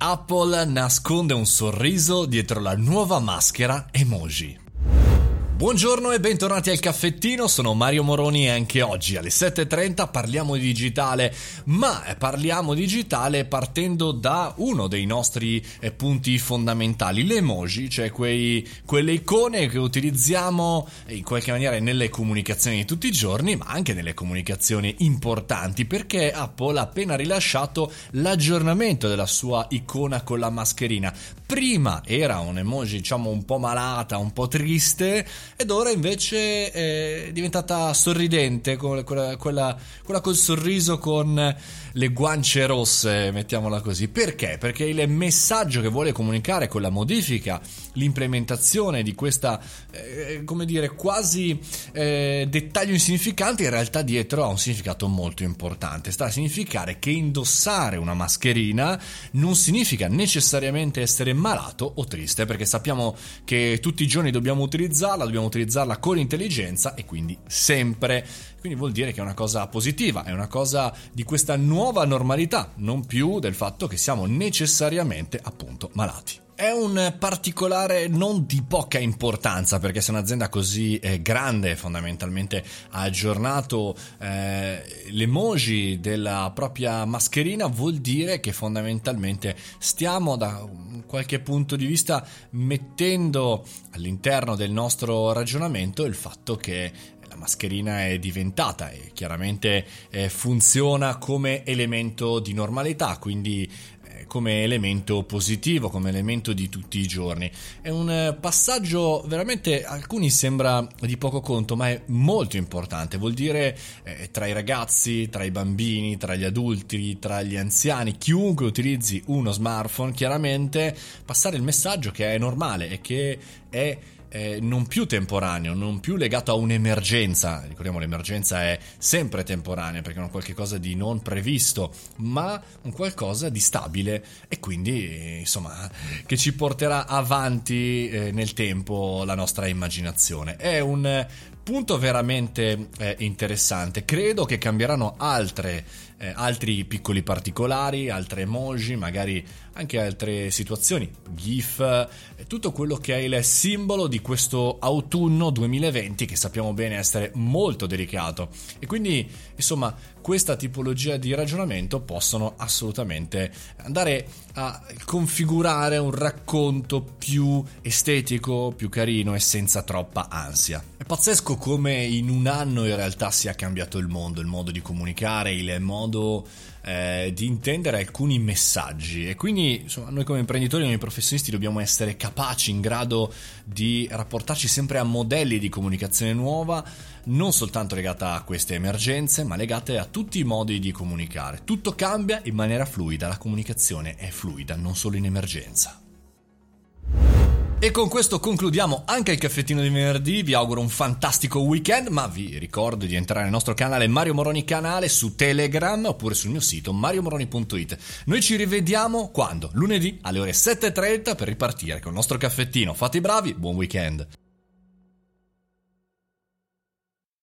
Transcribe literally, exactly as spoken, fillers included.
Apple nasconde un sorriso dietro la nuova maschera emoji. Buongiorno e bentornati al caffettino, sono Mario Moroni e anche oggi alle sette e trenta parliamo di digitale, ma parliamo digitale partendo da uno dei nostri eh, punti fondamentali, le emoji, cioè quei, quelle icone che utilizziamo in qualche maniera nelle comunicazioni di tutti i giorni, ma anche nelle comunicazioni importanti, perché Apple ha appena rilasciato l'aggiornamento della sua icona con la mascherina. Prima era un emoji diciamo un po' malata, un po' triste, ed ora invece è diventata sorridente, quella, quella, quella col sorriso con le guance rosse, mettiamola così. Perché? Perché il messaggio che vuole comunicare con la modifica, l'implementazione di questa, eh, come dire, quasi eh, dettaglio insignificante, in realtà dietro ha un significato molto importante. Sta a significare che indossare una mascherina non significa necessariamente essere malato o triste, perché sappiamo che tutti i giorni dobbiamo utilizzarla, dobbiamo utilizzarla con intelligenza e quindi sempre. Quindi vuol dire che è una cosa positiva, è una cosa di questa nuova normalità, non più del fatto che siamo necessariamente appunto malati. È un particolare non di poca importanza, perché se un'azienda così eh, grande fondamentalmente ha aggiornato eh, l'emoji della propria mascherina, vuol dire che fondamentalmente stiamo da qualche punto di vista mettendo all'interno del nostro ragionamento il fatto che la mascherina è diventata e chiaramente eh, funziona come elemento di normalità, quindi eh, come elemento positivo, come elemento di tutti i giorni. È un eh, passaggio veramente, a alcuni sembra di poco conto, ma è molto importante. Vuol dire eh, tra i ragazzi, tra i bambini, tra gli adulti, tra gli anziani, chiunque utilizzi uno smartphone, chiaramente passare il messaggio che è normale e che è Eh, non più temporaneo, non più legato a un'emergenza. Ricordiamo, l'emergenza è sempre temporanea perché è un qualche cosa di non previsto, ma un qualcosa di stabile e quindi insomma che ci porterà avanti eh, nel tempo la nostra immaginazione. È un punto veramente eh, interessante. Credo che cambieranno altre eh, altri piccoli particolari, altre emoji, magari anche altre situazioni, GIF, eh, tutto quello che è il simbolo di questo autunno duemilaventi, che sappiamo bene essere molto delicato. E quindi insomma questa tipologia di ragionamento possono assolutamente andare a configurare un racconto più estetico, più carino e senza troppa ansia. È pazzesco come in un anno in realtà sia cambiato il mondo, il modo di comunicare, il modo eh, di intendere alcuni messaggi, e quindi insomma noi come imprenditori, come professionisti dobbiamo essere capaci, in grado di rapportarci sempre a modelli di comunicazione nuova, non soltanto legata a queste emergenze, ma legate a tutti i modi di comunicare. Tutto cambia in maniera fluida, la comunicazione è fluida, non solo in emergenza. E con questo concludiamo anche il caffettino di venerdì. Vi auguro un fantastico weekend, ma vi ricordo di entrare nel nostro canale Mario Moroni Canale su Telegram oppure sul mio sito mario moroni punto it. Noi ci rivediamo quando? Lunedì alle ore sette e trenta per ripartire con il nostro caffettino. Fate i bravi, buon weekend!